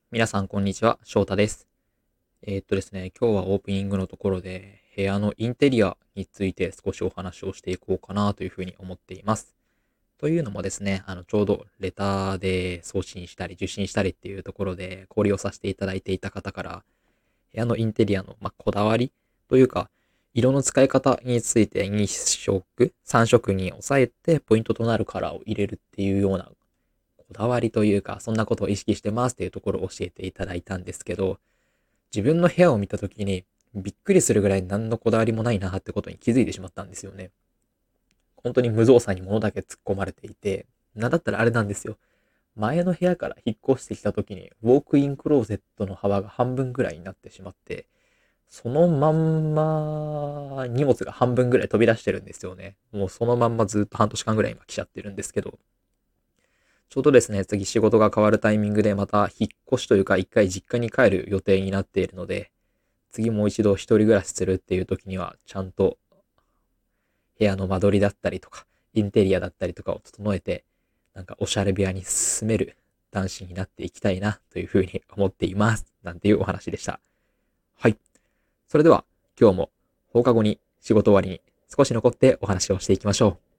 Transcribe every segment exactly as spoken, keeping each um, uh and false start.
皆さん、こんにちは。翔太です。えーっとですね、今日はオープニングのところで、部屋のインテリアについて少しお話をしていこうかなというふうに思っています。というのもですね、あの、ちょうどレターで送信したり受信したりっていうところで交流をさせていただいていた方から、部屋のインテリアの、まあ、こだわりというか、色の使い方についてに色、さん色に抑えてポイントとなるカラーを入れるっていうようなこだわりというか、そんなことを意識してますっていうところを教えていただいたんですけど、自分の部屋を見たときに、びっくりするぐらい何のこだわりもないなってことに気づいてしまったんですよね。本当に無造作に物だけ突っ込まれていて、なんだったらあれなんですよ。前の部屋から引っ越してきたときに、ウォークインクローゼットの幅が半分ぐらいになってしまって、そのまんま荷物が半分ぐらい飛び出してるんですよね。もうそのまんまずっと半年間ぐらい今来ちゃってるんですけど、ちょうどですね、次仕事が変わるタイミングでまた引っ越しというか一回実家に帰る予定になっているので、次もう一度一人暮らしするっていう時には、ちゃんと部屋の間取りだったりとか、インテリアだったりとかを整えて、なんかおしゃれ部屋に住める男子になっていきたいなというふうに思っています。なんていうお話でした。はい。それでは今日も放課後に仕事終わりに少し残ってお話をしていきましょう。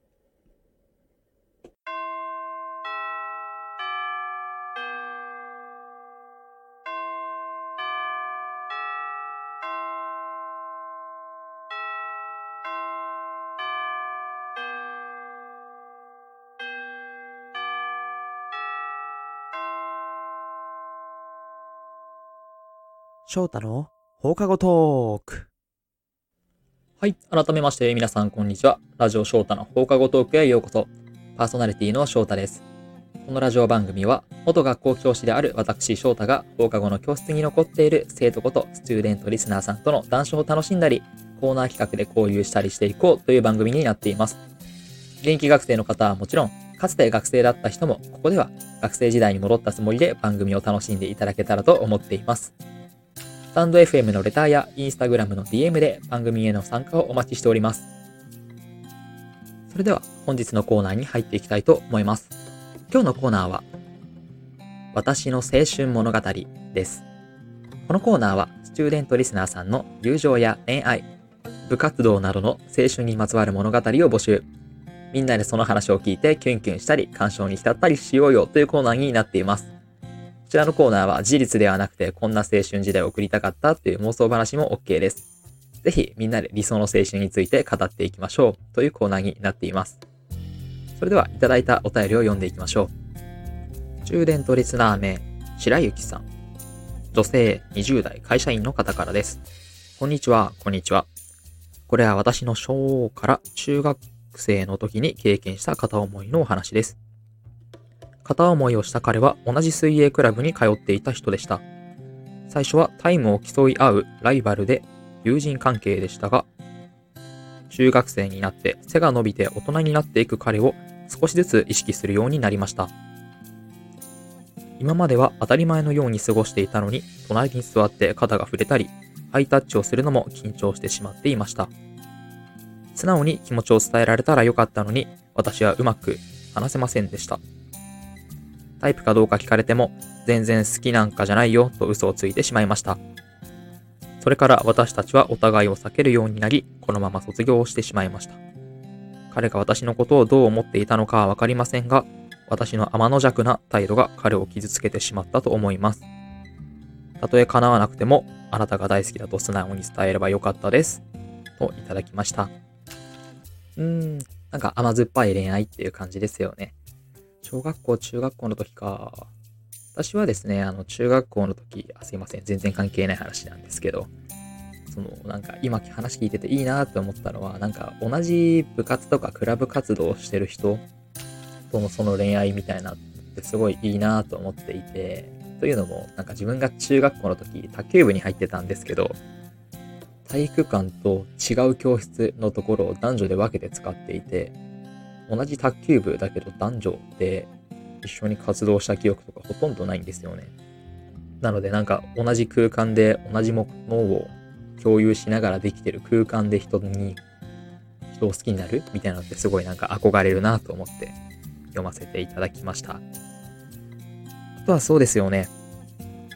翔太の放課後トーク。 はい。改めまして皆さんこんにちは。ラジオ翔太の放課後トークへようこそ。パーソナリティの翔太です。このラジオ番組は、元学校教師である私翔太が放課後の教室に残っている生徒ことスチューデントリスナーさんとの談笑を楽しんだり、コーナー企画で交流したりしていこうという番組になっています。現役学生の方はもちろん、かつて学生だった人も、ここでは学生時代に戻ったつもりで番組を楽しんでいただけたらと思っています。スタンド エフエム のレターやインスタグラムの ディーエム で番組への参加をお待ちしております。それでは本日のコーナーに入っていきたいと思います。今日のコーナーは、私の青春物語です。このコーナーは、スチューデントリスナーさんの友情や恋愛、部活動などの青春にまつわる物語を募集。みんなでその話を聞いてキュンキュンしたり、感傷に浸ったりしようよというコーナーになっています。こちらのコーナーは事実ではなくて、こんな青春時代を送りたかったという妄想話も OK です。ぜひみんなで理想の青春について語っていきましょうというコーナーになっています。それではいただいたお便りを読んでいきましょう。スチューデントリスナー名、白雪さん。女性にじゅう代会社員の方からです。こんにちは、こんにちは。これは私の小から中学生の時に経験した片思いのお話です。片思いをした彼は同じ水泳クラブに通っていた人でした。最初はタイムを競い合うライバルで友人関係でしたが、中学生になって背が伸びて大人になっていく彼を少しずつ意識するようになりました。今までは当たり前のように過ごしていたのに、隣に座って肩が触れたり、ハイタッチをするのも緊張してしまっていました。素直に気持ちを伝えられたらよかったのに、私はうまく話せませんでした。タイプかどうか聞かれても、全然好きなんかじゃないよと嘘をついてしまいました。それから私たちはお互いを避けるようになり、このまま卒業をしてしまいました。彼が私のことをどう思っていたのかはわかりませんが、私の天の弱な態度が彼を傷つけてしまったと思います。たとえ叶わなくても、あなたが大好きだと素直に伝えればよかったです。といただきました。うーん、なんか甘酸っぱい恋愛っていう感じですよね。小学校、中学校の時か。私はですね、あの、中学校の時、あ、すいません、全然関係ない話なんですけど、その、なんか今話聞いてていいなって思ったのは、なんか同じ部活とかクラブ活動をしてる人とのその恋愛みたいなってすごいいいなと思っていて、というのも、なんか自分が中学校の時、卓球部に入ってたんですけど、体育館と違う教室のところを男女で分けて使っていて、同じ卓球部だけど男女で一緒に活動した記憶とかほとんどないんですよね。なのでなんか同じ空間で同じものを共有しながらできてる空間で人に、人を好きになるみたいなのってすごいなんか憧れるなと思って読ませていただきました。あとはそうですよね。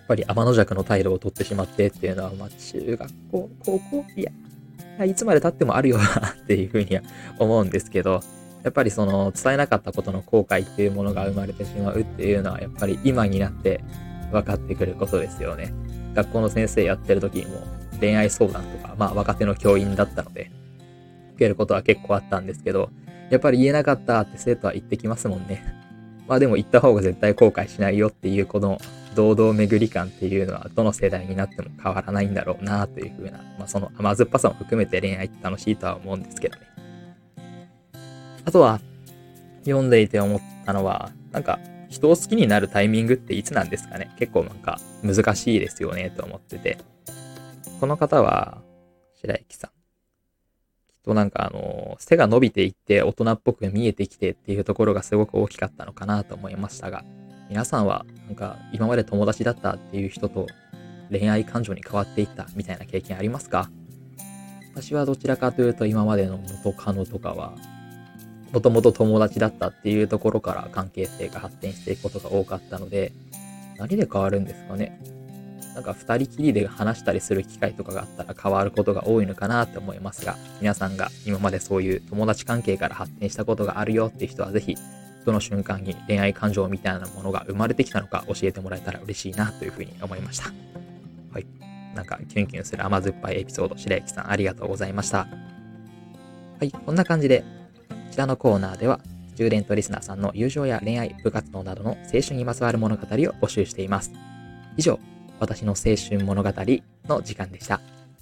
ぱり天の弱の態度を取ってしまってっていうのは、まあ中学校、高校いや、いつまで経ってもあるよなっていうふうには思うんですけど、やっぱりその伝えなかったことの後悔っていうものが生まれてしまうっていうのは、やっぱり今になって分かってくることですよね。学校の先生やってる時にも恋愛相談とか、まあ若手の教員だったので、受けることは結構あったんですけど、やっぱり言えなかったって生徒は言ってきますもんね。まあでも言った方が絶対後悔しないよっていうこの堂々巡り感っていうのはどの世代になっても変わらないんだろうなというふうな、まあその甘酸っぱさも含めて恋愛って楽しいとは思うんですけどね。あとは読んでいて思ったのは、なんか人を好きになるタイミングっていつなんですかね。結構なんか難しいですよねと思ってて。この方は白雪さん。となんかあの、背が伸びていって大人っぽく見えてきてっていうところがすごく大きかったのかなと思いましたが、皆さんはなんか今まで友達だったっていう人と恋愛感情に変わっていったみたいな経験ありますか？私はどちらかというと今までの元カノとかは、もともと友達だったっていうところから関係性が発展していくことが多かったので、何で変わるんですかね。なんか二人きりで話したりする機会とかがあったら変わることが多いのかなって思いますが、皆さんが今までそういう友達関係から発展したことがあるよっていう人はぜひ、どの瞬間に恋愛感情みたいなものが生まれてきたのか教えてもらえたら嬉しいなというふうに思いました。はい。なんかキュンキュンする甘酸っぱいエピソード、白雪さんありがとうございました。はい。こんな感じで、こちらのコーナーでは、スチューデントリスナーさんの友情や恋愛、部活動などの青春にまつわる物語を募集しています。以上、私の青春物語の時間でした。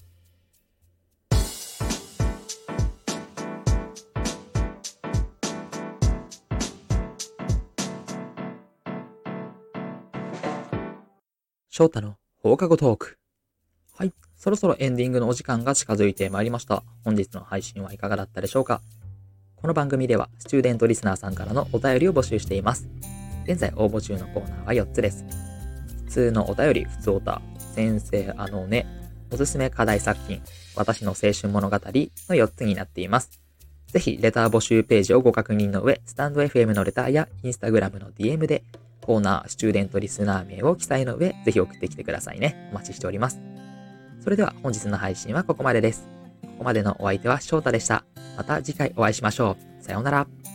翔太の放課後トーク。はい。そろそろエンディングのお時間が近づいてまいりました。本日の配信はいかがだったでしょうか？この番組では、スチューデントリスナーさんからのお便りを募集しています。現在応募中のコーナーはよっつです。普通のお便り、普通おた、先生あのね、おすすめ課題作品、私の青春物語のよっつになっています。ぜひ、レター募集ページをご確認の上、スタンド エフエム のレターやインスタグラムの ディーエム で、コーナー、スチューデントリスナー名を記載の上、ぜひ送ってきてくださいね。お待ちしております。それでは本日の配信はここまでです。ここまでのお相手は翔太でした。また次回お会いしましょう。さようなら。